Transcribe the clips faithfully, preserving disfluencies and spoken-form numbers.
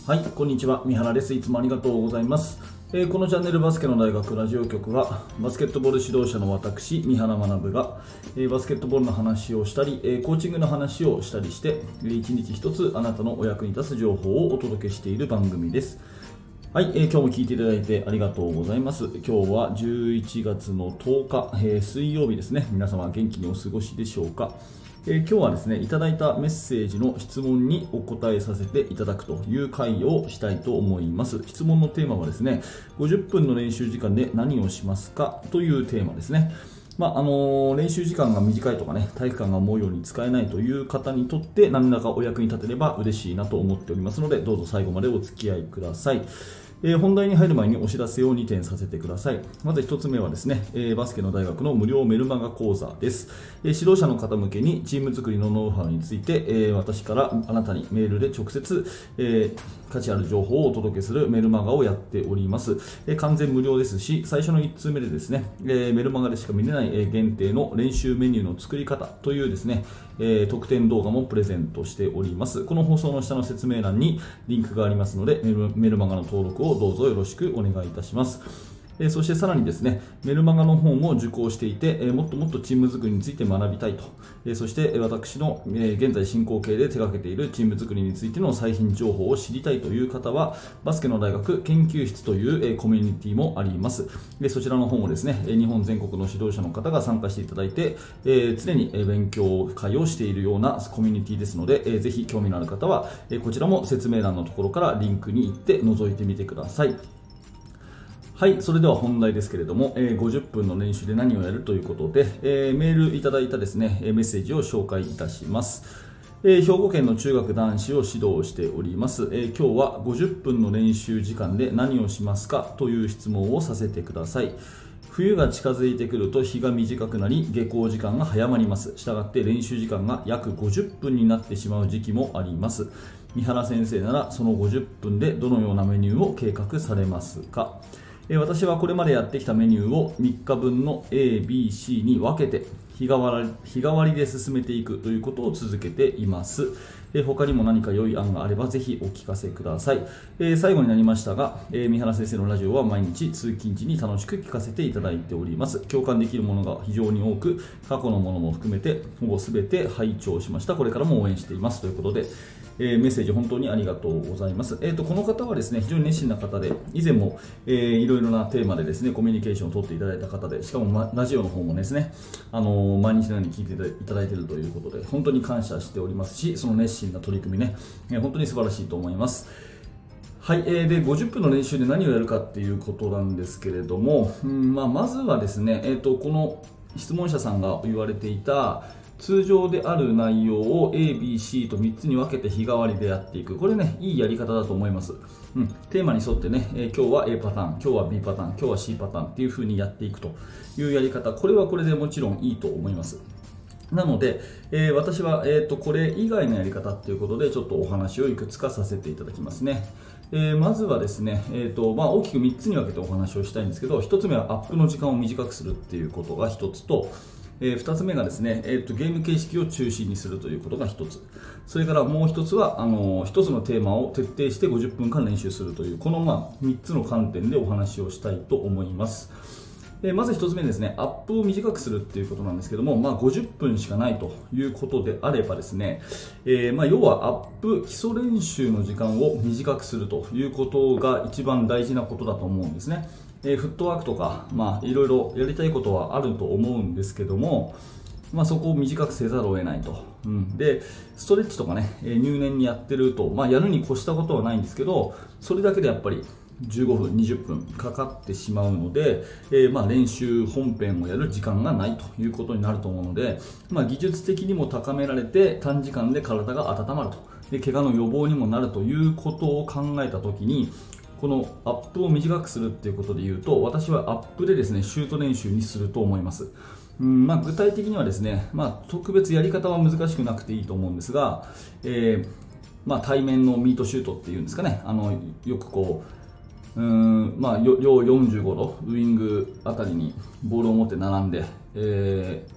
はい、こんにちは。三原です。いつもありがとうございます。えーこのチャンネルバスケの大学ラジオ局は、バスケットボール指導者の私、三原学が、えーバスケットボールの話をしたり、えーコーチングの話をしたりして、えー一日一つあなたのお役に立つ情報をお届けしている番組です。はい、えー今日も聞いていただいてありがとうございます。今日はじゅういちがつのとおか、えー水曜日ですね。皆様元気にお過ごしでしょうか。えー今日はですね、いただいたメッセージの質問にお答えさせていただくという回をしたいと思います。質問のテーマはですね、ごじゅっぷんの練習時間で何をしますかというテーマですね。まああのー練習時間が短いとかね、体育館が思うように使えないという方にとって何らかお役に立てれば嬉しいなと思っておりますので、どうぞ最後までお付き合いください。えー本題に入る前にお知らせをにてんさせてください。まずひとつめはですね、えーバスケの大学の無料メルマガ講座です。えー指導者の方向けにチーム作りのノウハウについて、えー私からあなたにメールで直接、えー価値ある情報をお届けするメルマガをやっております。えー完全無料ですし、最初のいち通目でですね、えーメルマガでしか見れない、えー限定の練習メニューの作り方というですね、えー特典動画もプレゼントしております。この放送の下の説明欄にリンクがありますので、メルメルマガの登録をどうぞよろしくお願いいたします。えーそしてさらにですね、メルマガの本も受講していて、えーもっともっとチーム作りについて学びたいと、えーそしてえー私の、えー現在進行形で手掛けているチーム作りについての最新情報を知りたいという方は、バスケの大学研究室という、えーコミュニティもあります。でそちらの本をですね、えー日本全国の指導者の方が参加していただいて、えー常にえー勉強会をしているようなコミュニティですので、えーぜひ興味のある方は、えーこちらも説明欄のところからリンクに行って覗いてみてください。はい、それでは本題ですけれども、えーごじゅっぷんの練習で何をやるということで、えーメールいただいたですね、えーメッセージを紹介いたします。えー兵庫県の中学男子を指導しております。えー今日はごじゅっぷんの練習時間で何をしますかという質問をさせてください。冬が近づいてくると日が短くなり下校時間が早まります。したがって練習時間が約ごじゅっぷんになってしまう時期もあります。三原先生ならそのごじゅっぷんでどのようなメニューを計画されますか。えー私はこれまでやってきたメニューをみっかぶんの A、B、C に分けて日替わり、日替わりで進めていくということを続けています。えー他にも何か良い案があればぜひお聞かせください。えー最後になりましたが、えー三原先生のラジオは毎日通勤時に楽しく聞かせていただいております。共感できるものが非常に多く、過去のものも含めてほぼ全て拝聴しました。これからも応援していますということで、えーメッセージ本当にありがとうございます。えーと、この方はですね、非常に熱心な方で、以前も、えーいろいろなテーマでですね、コミュニケーションを取っていただいた方で、しかも、ま、ラジオの方もですね、あのー毎日のように聞いていただいているということで、本当に感謝しておりますし、その熱心な取り組みね、えー本当に素晴らしいと思います。はい、えーでごじゅっぷんの練習で何をやるかっていうことなんですけれども、うんまあ、まずはですね、えーと、この質問者さんが言われていた通常である内容を A、B、C とみっつに分けて日替わりでやっていく。これね、いいやり方だと思います。うん、テーマに沿ってね、えー今日は A パターン、今日は B パターン、今日は C パターンっていう風にやっていくというやり方、これはこれでもちろんいいと思います。なので、えー私は、えーと、これ以外のやり方ということで、ちょっとお話をいくつかさせていただきますね。えーまずはですね、えーとまあ、大きくみっつに分けてお話をしたいんですけど、ひとつめはアップの時間を短くするっていうことがひとつと、えーふたつめがですね、えーと、ゲーム形式を中心にするということがひとつ、それからもうひとつはあのー、ひとつのテーマを徹底してごじゅっぷんかん練習するという、この、まあ、みっつの観点でお話をしたいと思います。えーまずひとつめですね、アップを短くするっていうことなんですけども、まあ、ごじゅっぷんしかないということであればですね、えーまあ、要はアップ基礎練習の時間を短くするということが一番大事なことだと思うんですね。えーフットワークとか、まあ、いろいろやりたいことはあると思うんですけども、まあ、そこを短くせざるを得ないと、うん、でストレッチとかね、えー入念にやってると、まあ、やるに越したことはないんですけど、それだけでやっぱりじゅうごふん、にじゅっぷんかかってしまうので、えーまあ練習本編をやる時間がないということになると思うので、まあ、技術的にも高められて短時間で体が温まると、で怪我の予防にもなるということを考えたときに、このアップを短くするっていうことでいうと、私はアップでですねシュート練習にすると思います。うんまあ、具体的にはですね、まあ、特別やり方は難しくなくていいと思うんですが、えーまあ、対面のミートシュートっていうんですかね、あのよくこううーんまあ、よ両よんじゅうごどウイングあたりにボールを持って並んで、えー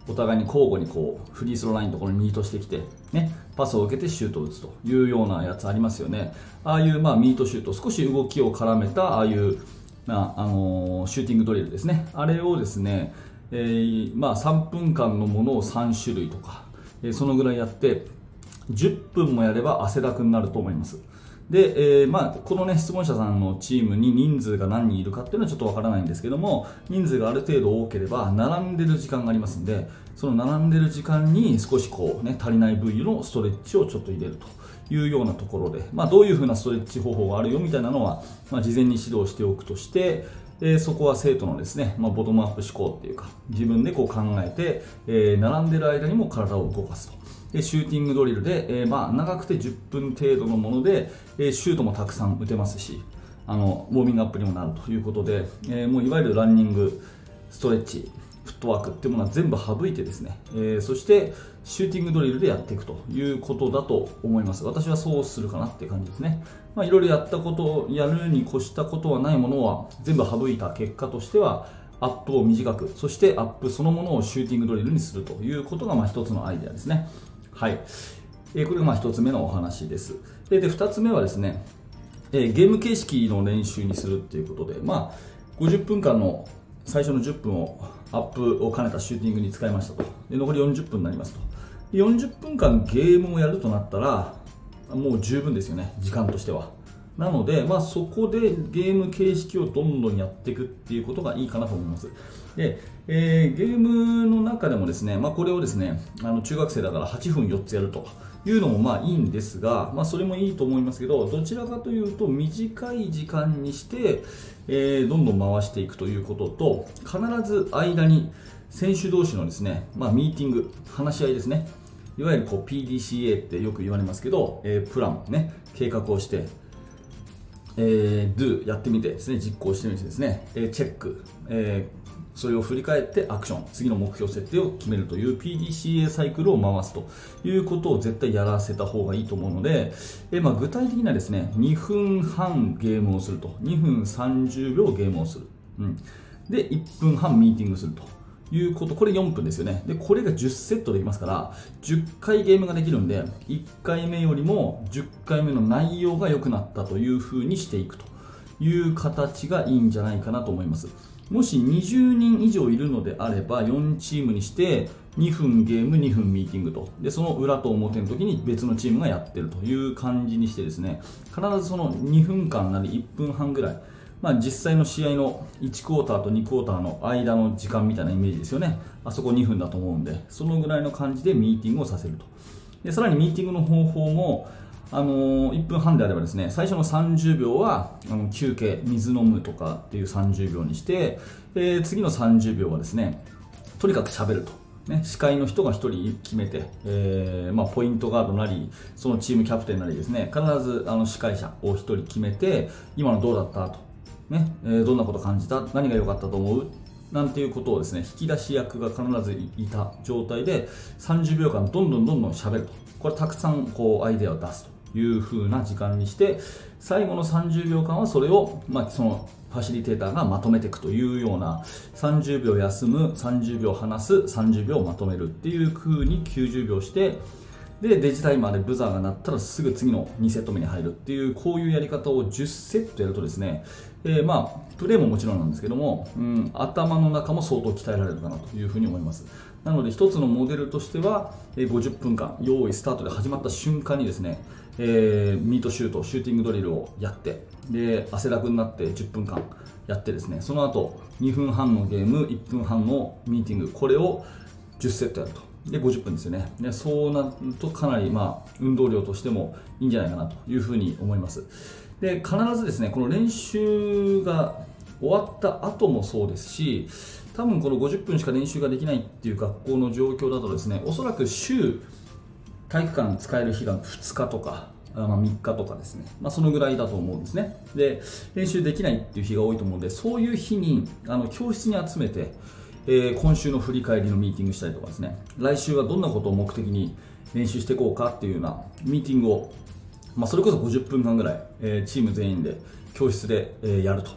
お互いに交互にこうフリースローラインのところにミートしてきて、ね、パスを受けてシュートを打つというようなやつありますよね。ああいうまあミートシュート、少し動きを絡めたああいう、まああのーシューティングドリルですね、あれをですね、えーまあ、さんぷんかんのものをさんしゅるいとか、えー、そのぐらいやってじゅっぷんもやれば汗だくになると思います。で、えーまあ、この、ね、質問者さんのチームに人数が何人いるかっていうのはちょっとわからないんですけども、人数がある程度多ければ並んでる時間がありますので、その並んでる時間に少しこう、ね、足りない部位のストレッチをちょっと入れるというようなところで、まあ、どういうふうなストレッチ方法があるよみたいなのは、まあ、事前に指導しておくとして、えー、そこは生徒のですね、まあ、ボトムアップ思考っていうか、自分でこう考えて、えー、並んでる間にも体を動かすと。でシューティングドリルで、えーまあ、長くてじゅっぷん程度のもので、えー、シュートもたくさん打てますし、あのウォーミングアップにもなるということで、えー、もういわゆるランニング、ストレッチ、フットワークっていうものは全部省いてですね、えー、そしてシューティングドリルでやっていくということだと思います。私はそうするかなっていう感じですね。まあ、いろいろやったことをやるに越したことはないものは全部省いた結果としては、アップを短く、そしてアップそのものをシューティングドリルにするということがまあ一つのアイデアですね。はい、えー、これがまあ一つ目のお話です。で、で二つ目はですね、えー、ゲーム形式の練習にするっていうことで、まあ、ごじゅっぷんかんの最初のじゅっぷんをアップを兼ねたシューティングに使いましたと。で、残りよんじゅっぷんになりますと。よんじゅっぷんかんゲームをやるとなったら、もう十分ですよね、時間としては。なので、まあ、そこでゲーム形式をどんどんやっていくっていうことがいいかなと思います。で、えー、ゲームの中でもですね、まあ、これをですね、あの中学生だからはちふんよっつやるというのもまあいいんですが、まあ、それもいいと思いますけど、どちらかというと短い時間にして、えー、どんどん回していくということと、必ず間に選手同士のですね、まあ、ミーティング、話し合いですね。いわゆるこう ピーディーシーエー ってよく言われますけど、えー、プラン、ね、計画をして、えー、do やってみてですね、実行してみてですね、えー、チェック、えー、それを振り返ってアクション、次の目標設定を決めるという ピーディーシーエー サイクルを回すということを絶対やらせた方がいいと思うので、えーまあ、具体的にはですね、にふんはんゲームをすると、にふんさんじゅうびょうゲームをする、うん、でいっぷんはんミーティングするということ、これよんぷんですよね。で、これがじゅっセットできますから、じゅっかいゲームができるんで、いっかいめよりもじゅっかいめの内容が良くなったという風にしていくという形がいいんじゃないかなと思います。もしにじゅうにん以上いるのであれば、よんチームにしてにふんゲーム、にふんミーティングと。で、その裏と表の時に別のチームがやってるという感じにしてですね、必ずそのにふんかんなりいっぷんはんぐらい、まあ、実際の試合のいちクォーターとにクォーターの間の時間みたいなイメージですよね。あそこにふんだと思うんで、そのぐらいの感じでミーティングをさせると。で、さらにミーティングの方法も、あのー、いっぷんはんであればですね、最初のさんじゅうびょうはあの休憩、水飲むとかっていうさんじゅうびょうにして、えー、次のさんじゅうびょうはですね、とにかく喋ると。ね、司会の人がひとり決めて、えーまあ、ポイントガードなり、そのチームキャプテンなりですね、必ずあの司会者をひとり決めて、今のどうだったと。ねえー、どんなこと感じた、何が良かったと思うなんていうことをですね、引き出し役が必ずいた状態でさんじゅうびょうかんどんどんどんどん喋ると。これたくさんこうアイデアを出すという風な時間にして、最後のさんじゅうびょうかんはそれを、まあ、そのファシリテーターがまとめていくというような、さんじゅうびょう休む、さんじゅうびょう話す、さんじゅうびょうまとめるっていう風にきゅうじゅうびょうして、でデジタイマーでブザーが鳴ったらすぐ次のにセット目に入るっていう、こういうやり方をじゅっセットやるとですね、えー、まあプレーももちろんなんですけども、うん、頭の中も相当鍛えられるかなというふうに思います。なので一つのモデルとしては、えー、ごじゅっぷんかん用意スタートで始まった瞬間にですね、えー、ミートシュート、シューティングドリルをやって、で汗だくになってじゅっぷんかんやってですね、その後にふんはんのゲーム、いっぷんはんのミーティング、これをじゅっセットやると。でごじゅっぷんですよね。でそうなるとかなり、まあ、運動量としてもいいんじゃないかなというふうに思います。で必ずですね、この練習が終わった後もそうですし、多分このごじゅっぷんしか練習ができないっていう学校の状況だとですね、おそらく週体育館使える日がふつかとか、まあ、みっかとかですね、まあ、そのぐらいだと思うんですね。で練習できないっていう日が多いと思うので、そういう日にあの教室に集めて、えー、今週の振り返りのミーティングしたりとかですね、来週はどんなことを目的に練習していこうかっていうようなミーティングを、まあ、それこそごじゅっぷんかんぐらい、えー、チーム全員で教室で、えー、やると。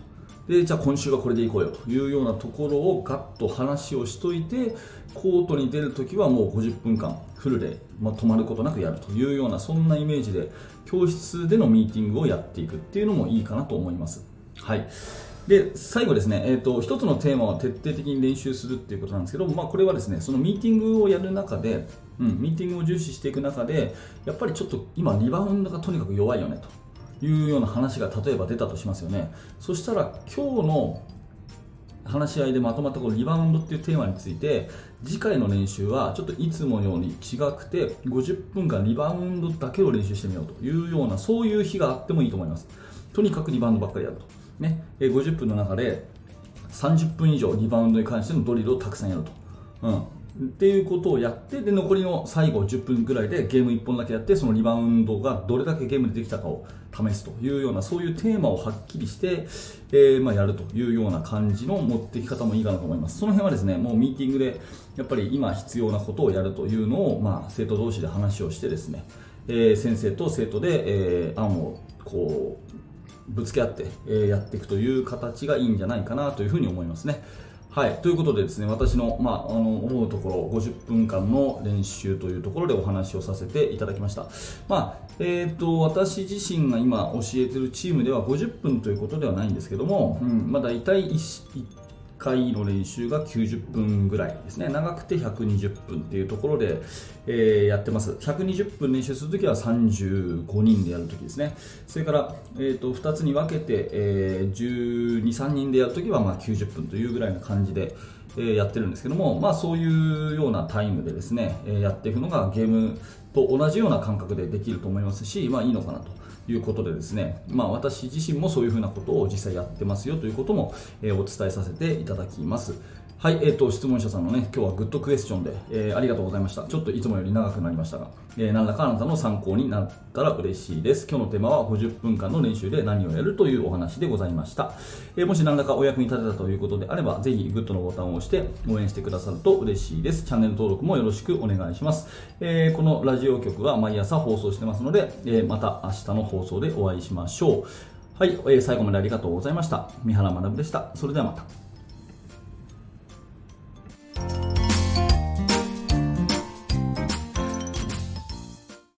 でじゃあ今週はこれでいこうよというようなところをガッと話をしといて、コートに出るときはもうごじゅっぷんかんフルで、まあ、止まることなくやるというような、そんなイメージで教室でのミーティングをやっていくっていうのもいいかなと思います。はい。で最後ですね、えーと、一つのテーマを徹底的に練習するっていうことなんですけど、まあ、これはですね、そのミーティングをやる中で、うん、ミーティングを重視していく中で、やっぱりちょっと今リバウンドがとにかく弱いよねというような話が例えば出たとしますよね。そしたら今日の話し合いでまとまったこのリバウンドっていうテーマについて、次回の練習はちょっといつもように違くて、ごじゅっぷんかんリバウンドだけを練習してみようというような、そういう日があってもいいと思います。とにかくリバウンドばっかりやると、ね、ごじゅっぷんの中でさんじゅっぷん以上リバウンドに関してのドリルをたくさんやると、うんっていうことをやって、で残りの最後じゅっぷんぐらいでゲームいっぽんだけやって、そのリバウンドがどれだけゲームでできたかを試すというような、そういうテーマをはっきりして、えーまあ、やるというような感じの持っていき方もいいかなと思います。その辺はですね、もうミーティングでやっぱり今必要なことをやるというのを、まあ、生徒同士で話をしてですね、えー、先生と生徒で、えー、案をこうぶつけ合って、えー、やっていくという形がいいんじゃないかなというふうに思いますね。はい、ということでですね、私の、まあ、あの思うところごじゅっぷんかんの練習というところでお話をさせていただきました。まあえー、と私自身が今教えているチームではごじゅっぷんということではないんですけども、うんまあ、大体 1, いっかいの練習がきゅうじゅっぷんぐらいですね。長くてひゃくにじゅっぷんというところで、えー、やってます。ひゃくにじゅっぷん練習するときはさんじゅうごにんでやるときですね。それから、えー、とふたつに分けて、えー、じゅうに、さんにんでやるときはまあきゅうじゅっぷんというぐらいな感じで、えー、やってるんですけども、まあ、そういうようなタイムでですね、えー、やっていくのがゲームと同じような感覚でできると思いますし、まあいいのかなということでですね、まあ、私自身もそういうふうなことを実際やってますよということも、えー、お伝えさせていただきます。はい、えーと、質問者さんのね、今日はグッドクエスチョンで、えー、ありがとうございました。ちょっといつもより長くなりましたが、えー、何らかあなたの参考になったら嬉しいです。今日のテーマはごじゅっぷんかんの練習で何をやるというお話でございました。えー、もし何らかお役に立てたということであれば、ぜひグッドのボタンを押して応援してくださると嬉しいです。チャンネル登録もよろしくお願いします。えー、このラジオ局は毎朝放送してますので、えー、また明日の放送でお会いしましょう。はい、えー、最後までありがとうございました。三原学でした。それではまた。